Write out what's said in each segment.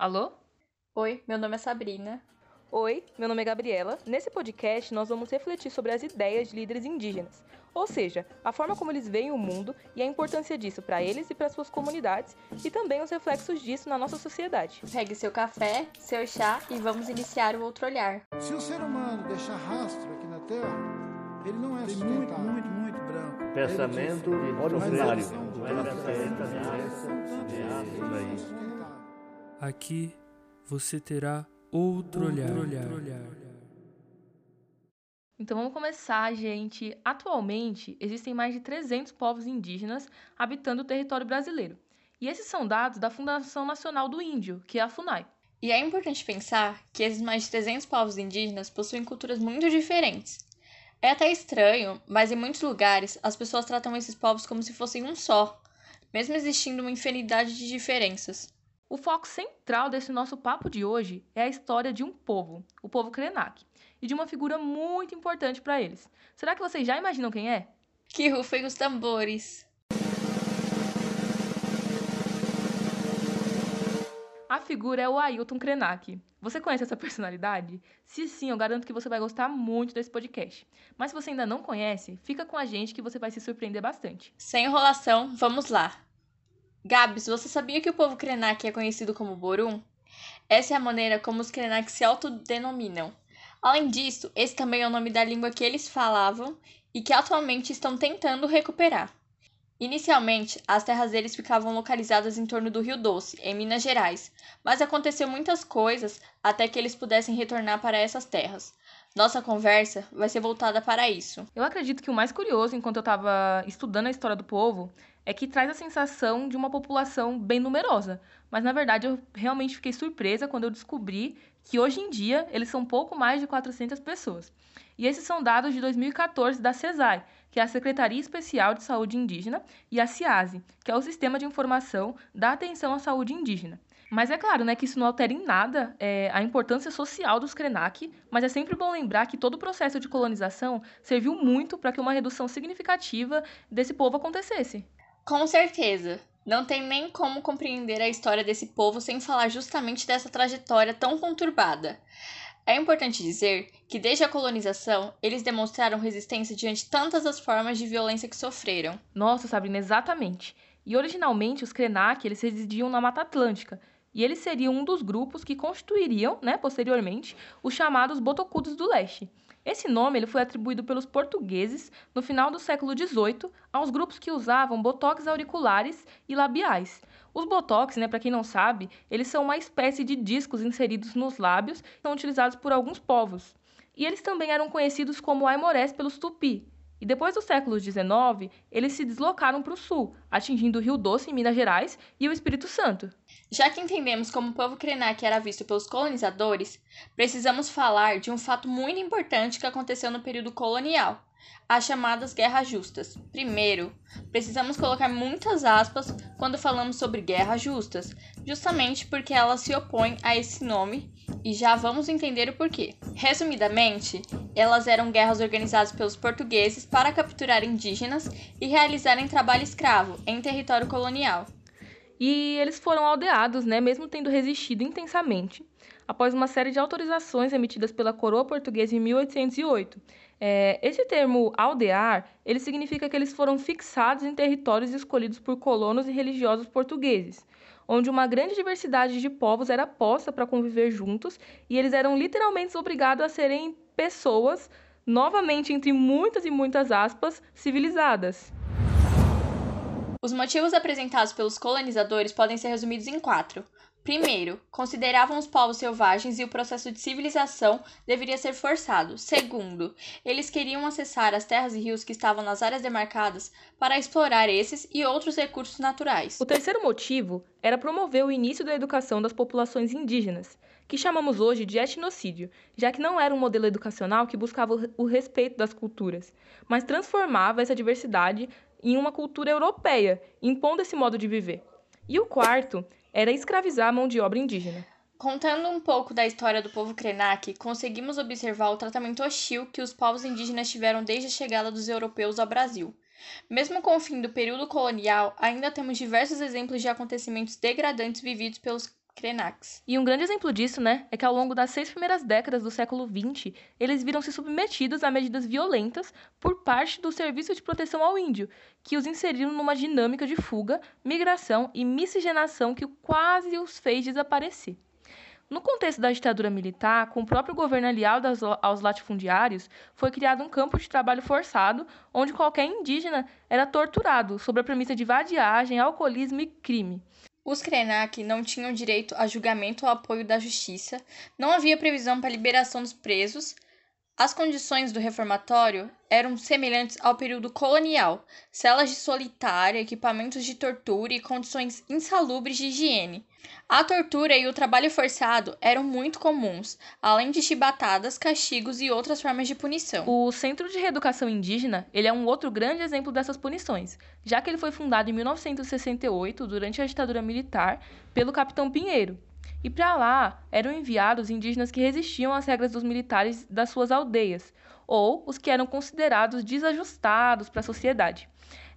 Alô? Oi, meu nome é Sabrina. Oi, meu nome é Gabriela. Nesse podcast, nós vamos refletir sobre as ideias de líderes indígenas, ou seja, a forma como eles veem o mundo e a importância disso para eles e para suas comunidades, e também os reflexos disso na nossa sociedade. Pegue seu café, seu chá e vamos iniciar o Outro Olhar. Se o ser humano deixar rastro aqui na Terra, ele não é sustentável. Muito branco. Pensamento originário. Aqui você terá outro olhar. Então vamos começar, gente. Atualmente, existem mais de 300 povos indígenas habitando o território brasileiro. E esses são dados da Fundação Nacional do Índio, que é a FUNAI. E é importante pensar que esses mais de 300 povos indígenas possuem culturas muito diferentes. É até estranho, mas em muitos lugares as pessoas tratam esses povos como se fossem um só, mesmo existindo uma infinidade de diferenças. O foco central desse nosso papo de hoje é a história de um povo, o povo Krenak, e de uma figura muito importante para eles. Será que vocês já imaginam quem é? Que rufem os tambores! A figura é o Ailton Krenak. Você conhece essa personalidade? Se sim, eu garanto que você vai gostar muito desse podcast. Mas se você ainda não conhece, fica com a gente que você vai se surpreender bastante. Sem enrolação, vamos lá! Gabs, você sabia que o povo Krenak é conhecido como Borum? Essa é a maneira como os Krenak se autodenominam. Além disso, esse também é o nome da língua que eles falavam e que atualmente estão tentando recuperar. Inicialmente, as terras deles ficavam localizadas em torno do Rio Doce, em Minas Gerais, mas aconteceu muitas coisas até que eles pudessem retornar para essas terras. Nossa conversa vai ser voltada para isso. Eu acredito que o mais curioso, enquanto eu estava estudando a história do povo, é que traz a sensação de uma população bem numerosa. Mas, na verdade, eu realmente fiquei surpresa quando eu descobri que, hoje em dia, eles são pouco mais de 400 pessoas. E esses são dados de 2014 da CESAI, que é a Secretaria Especial de Saúde Indígena, e a CIASE, que é o Sistema de Informação da Atenção à Saúde Indígena. Mas é claro, né, que isso não altera em nada a importância social dos Krenak, mas é sempre bom lembrar que todo o processo de colonização serviu muito para que uma redução significativa desse povo acontecesse. Com certeza! Não tem nem como compreender a história desse povo sem falar justamente dessa trajetória tão conturbada. É importante dizer que, desde a colonização, eles demonstraram resistência diante de tantas as formas de violência que sofreram. Nossa, Sabrina, exatamente. E originalmente os Krenak, eles residiam na Mata Atlântica, e eles seriam um dos grupos que constituiriam, né, posteriormente, os chamados Botocudos do Leste. Esse nome ele foi atribuído pelos portugueses no final do século XVIII aos grupos que usavam botox auriculares e labiais. Os botox, né, para quem não sabe, eles são uma espécie de discos inseridos nos lábios que são utilizados por alguns povos. E eles também eram conhecidos como aimorés pelos tupi. E depois do século XIX, eles se deslocaram para o sul, atingindo o Rio Doce, em Minas Gerais, e o Espírito Santo. Já que entendemos como o povo Krenak era visto pelos colonizadores, precisamos falar de um fato muito importante que aconteceu no período colonial, as chamadas Guerras Justas. Primeiro, precisamos colocar muitas aspas quando falamos sobre guerras justas, justamente porque elas se opõem a esse nome e já vamos entender o porquê. Resumidamente, elas eram guerras organizadas pelos portugueses para capturar indígenas e realizarem trabalho escravo em território colonial. E eles foram aldeados, né, mesmo tendo resistido intensamente, após uma série de autorizações emitidas pela coroa portuguesa em 1808. Esse termo aldear, ele significa que eles foram fixados em territórios escolhidos por colonos e religiosos portugueses, onde uma grande diversidade de povos era posta para conviver juntos, e eles eram literalmente obrigados a serem pessoas, novamente entre muitas e muitas aspas, civilizadas. Os motivos apresentados pelos colonizadores podem ser resumidos em 4. Primeiro, consideravam os povos selvagens e o processo de civilização deveria ser forçado. Segundo, eles queriam acessar as terras e rios que estavam nas áreas demarcadas para explorar esses e outros recursos naturais. O terceiro motivo era promover o início da educação das populações indígenas, que chamamos hoje de etnocídio, já que não era um modelo educacional que buscava o respeito das culturas, mas transformava essa diversidade em uma cultura europeia, impondo esse modo de viver. E o quarto era escravizar a mão de obra indígena. Contando um pouco da história do povo Krenak, conseguimos observar o tratamento hostil que os povos indígenas tiveram desde a chegada dos europeus ao Brasil. Mesmo com o fim do período colonial, ainda temos diversos exemplos de acontecimentos degradantes vividos pelos Krenaks. E um grande exemplo disso, né, é que ao longo das 6 primeiras décadas do século XX, eles viram-se submetidos a medidas violentas por parte do Serviço de Proteção ao Índio, que os inseriram numa dinâmica de fuga, migração e miscigenação que quase os fez desaparecer. No contexto da ditadura militar, com o próprio governo aliado aos latifundiários, foi criado um campo de trabalho forçado, onde qualquer indígena era torturado, sob a premissa de vadiagem, alcoolismo e crime. Os Krenak não tinham direito a julgamento ou apoio da justiça, não havia previsão para a liberação dos presos. As condições do reformatório eram semelhantes ao período colonial: celas de solitária, equipamentos de tortura e condições insalubres de higiene. A tortura e o trabalho forçado eram muito comuns, além de chibatadas, castigos e outras formas de punição. O Centro de Reeducação Indígena, ele é um outro grande exemplo dessas punições, já que ele foi fundado em 1968, durante a ditadura militar, pelo capitão Pinheiro. E para lá eram enviados indígenas que resistiam às regras dos militares das suas aldeias, ou os que eram considerados desajustados para a sociedade.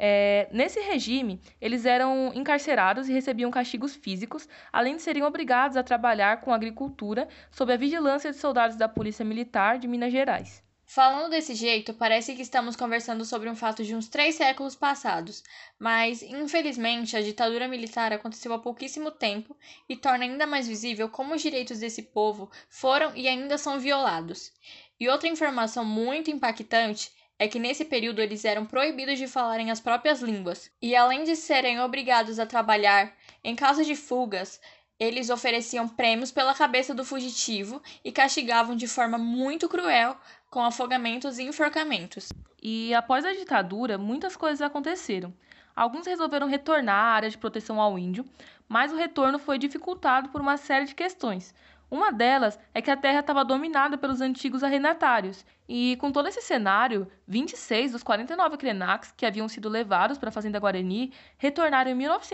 Nesse regime, eles eram encarcerados e recebiam castigos físicos, além de serem obrigados a trabalhar com agricultura sob a vigilância de soldados da Polícia Militar de Minas Gerais. Falando desse jeito, parece que estamos conversando sobre um fato de uns 3 séculos passados, mas, infelizmente, a ditadura militar aconteceu há pouquíssimo tempo e torna ainda mais visível como os direitos desse povo foram e ainda são violados. E outra informação muito impactante é que nesse período eles eram proibidos de falarem as próprias línguas. E além de serem obrigados a trabalhar, em caso de fugas, eles ofereciam prêmios pela cabeça do fugitivo e castigavam de forma muito cruel, com afogamentos e enforcamentos. E após a ditadura, muitas coisas aconteceram. Alguns resolveram retornar à área de proteção ao índio, mas o retorno foi dificultado por uma série de questões. Uma delas é que a terra estava dominada pelos antigos arrendatários, e com todo esse cenário, 26 dos 49 Krenaks que haviam sido levados para a Fazenda Guarani retornaram em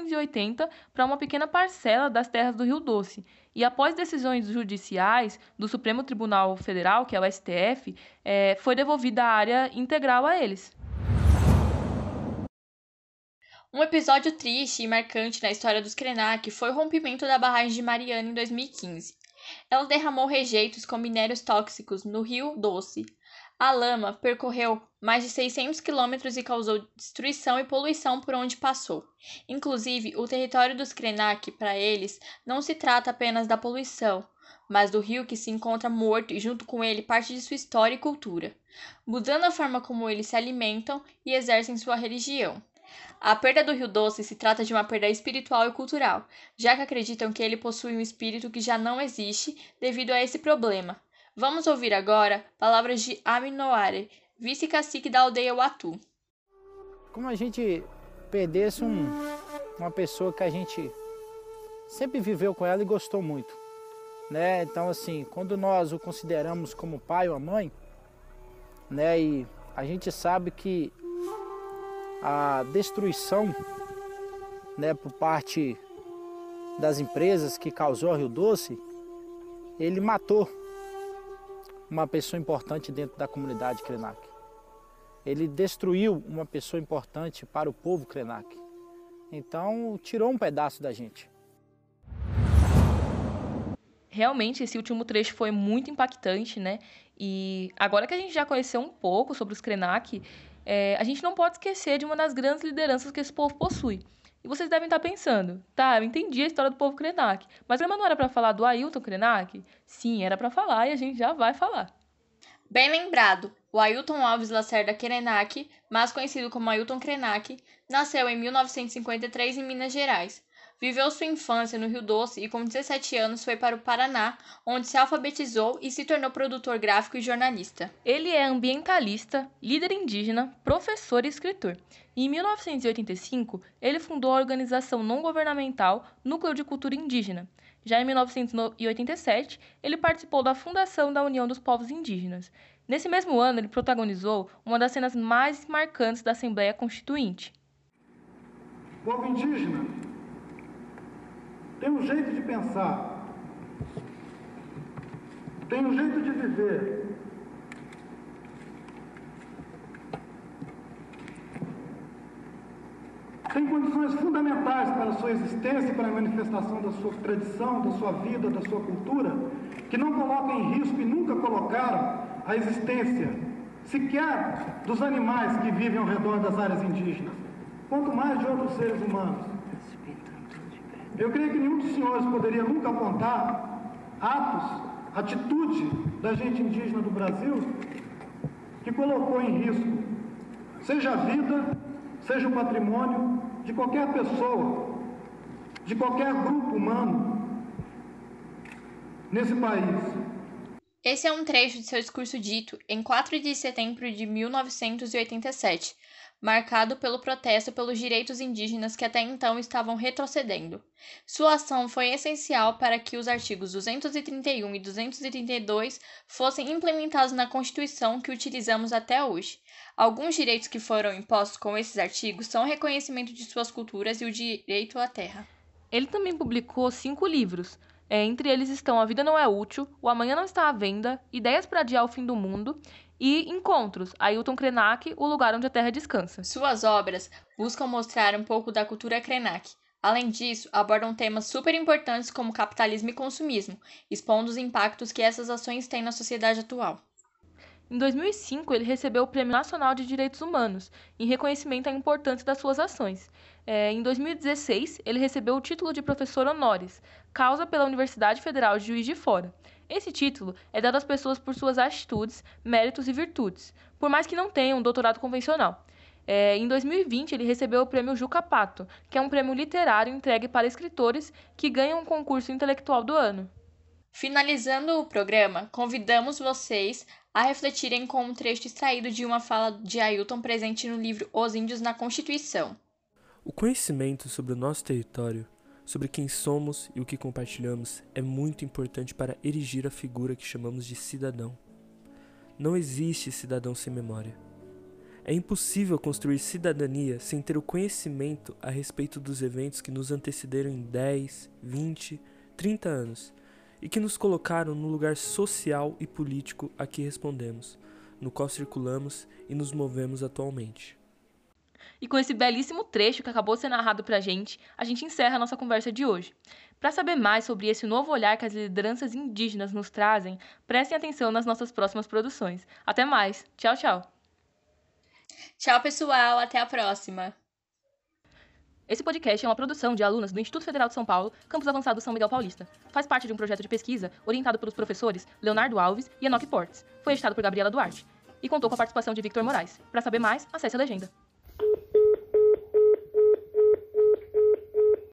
1980 para uma pequena parcela das terras do Rio Doce. E após decisões judiciais do Supremo Tribunal Federal, que é o STF, foi devolvida a área integral a eles. Um episódio triste e marcante na história dos Krenak foi o rompimento da barragem de Mariana em 2015. Ela derramou rejeitos com minérios tóxicos no Rio Doce. A lama percorreu mais de 600 quilômetros e causou destruição e poluição por onde passou. Inclusive, o território dos Krenak, para eles, não se trata apenas da poluição, mas do rio que se encontra morto e junto com ele parte de sua história e cultura, mudando a forma como eles se alimentam e exercem sua religião. A perda do Rio Doce se trata de uma perda espiritual e cultural, já que acreditam que ele possui um espírito que já não existe devido a esse problema. Vamos ouvir agora palavras de Aminoare, vice-cacique da aldeia Watu. Como a gente perdesse uma pessoa que a gente sempre viveu com ela e gostou muito, né? Então, assim, quando nós o consideramos como pai ou a mãe, né? E a gente sabe que a destruição, né, por parte das empresas que causou o Rio Doce, ele matou uma pessoa importante dentro da comunidade Krenak. Ele destruiu uma pessoa importante para o povo Krenak. Então, tirou um pedaço da gente. Realmente, esse último trecho foi muito impactante, né? E agora que a gente já conheceu um pouco sobre os Krenak, a gente não pode esquecer de uma das grandes lideranças que esse povo possui. E vocês devem estar pensando, tá, eu entendi a história do povo Krenak, mas o programa não era para falar do Ailton Krenak? Sim, era para falar e a gente já vai falar. Bem lembrado, o Ailton Alves Lacerda Krenak, mais conhecido como Ailton Krenak, nasceu em 1953 em Minas Gerais. Viveu sua infância no Rio Doce e com 17 anos foi para o Paraná, onde se alfabetizou e se tornou produtor gráfico e jornalista. Ele é ambientalista, líder indígena, professor e escritor. E em 1985, ele fundou a organização não-governamental Núcleo de Cultura Indígena. Já em 1987, ele participou da fundação da União dos Povos Indígenas. Nesse mesmo ano, ele protagonizou uma das cenas mais marcantes da Assembleia Constituinte. O povo indígena tem um jeito de pensar, tem um jeito de viver, têm condições fundamentais para a sua existência e para a manifestação da sua tradição, da sua vida, da sua cultura, que não colocam em risco e nunca colocaram a existência sequer dos animais que vivem ao redor das áreas indígenas, quanto mais de outros seres humanos. Eu creio que nenhum dos senhores poderia nunca apontar atos, atitude da gente indígena do Brasil que colocou em risco, seja a vida, seja o patrimônio de qualquer pessoa, de qualquer grupo humano nesse país. Esse é um trecho de seu discurso dito em 4 de setembro de 1987, marcado pelo protesto pelos direitos indígenas que até então estavam retrocedendo. Sua ação foi essencial para que os artigos 231 e 232 fossem implementados na Constituição que utilizamos até hoje. Alguns direitos que foram impostos com esses artigos são o reconhecimento de suas culturas e o direito à terra. Ele também publicou 5 livros. Entre eles estão A Vida Não É Útil, O Amanhã Não Está à Venda, Ideias para Adiar o Fim do Mundo e Encontros, Ailton Krenak, O Lugar Onde a Terra Descansa. Suas obras buscam mostrar um pouco da cultura Krenak. Além disso, abordam temas super importantes como capitalismo e consumismo, expondo os impactos que essas ações têm na sociedade atual. Em 2005, ele recebeu o Prêmio Nacional de Direitos Humanos, em reconhecimento à importância das suas ações. Em 2016, ele recebeu o título de professor honoris causa pela Universidade Federal de Juiz de Fora. Esse título é dado às pessoas por suas atitudes, méritos e virtudes, por mais que não tenham um doutorado convencional. Em 2020, ele recebeu o Prêmio Juca Pato, que é um prêmio literário entregue para escritores que ganham um concurso intelectual do ano. Finalizando o programa, convidamos vocês a refletirem com um trecho extraído de uma fala de Ailton presente no livro Os Índios na Constituição. O conhecimento sobre o nosso território, sobre quem somos e o que compartilhamos, é muito importante para erigir a figura que chamamos de cidadão. Não existe cidadão sem memória. É impossível construir cidadania sem ter o conhecimento a respeito dos eventos que nos antecederam em 10, 20, 30 anos e que nos colocaram no lugar social e político a que respondemos, no qual circulamos e nos movemos atualmente. E com esse belíssimo trecho que acabou de ser narrado pra gente, a gente encerra a nossa conversa de hoje. Para saber mais sobre esse novo olhar que as lideranças indígenas nos trazem, prestem atenção nas nossas próximas produções. Até mais. Tchau, tchau. Tchau, pessoal. Até a próxima. Esse podcast é uma produção de alunas do Instituto Federal de São Paulo, Campus Avançado São Miguel Paulista. Faz parte de um projeto de pesquisa orientado pelos professores Leonardo Alves e Enoque Portes. Foi editado por Gabriela Duarte. E contou com a participação de Victor Moraes. Para saber mais, acesse a legenda.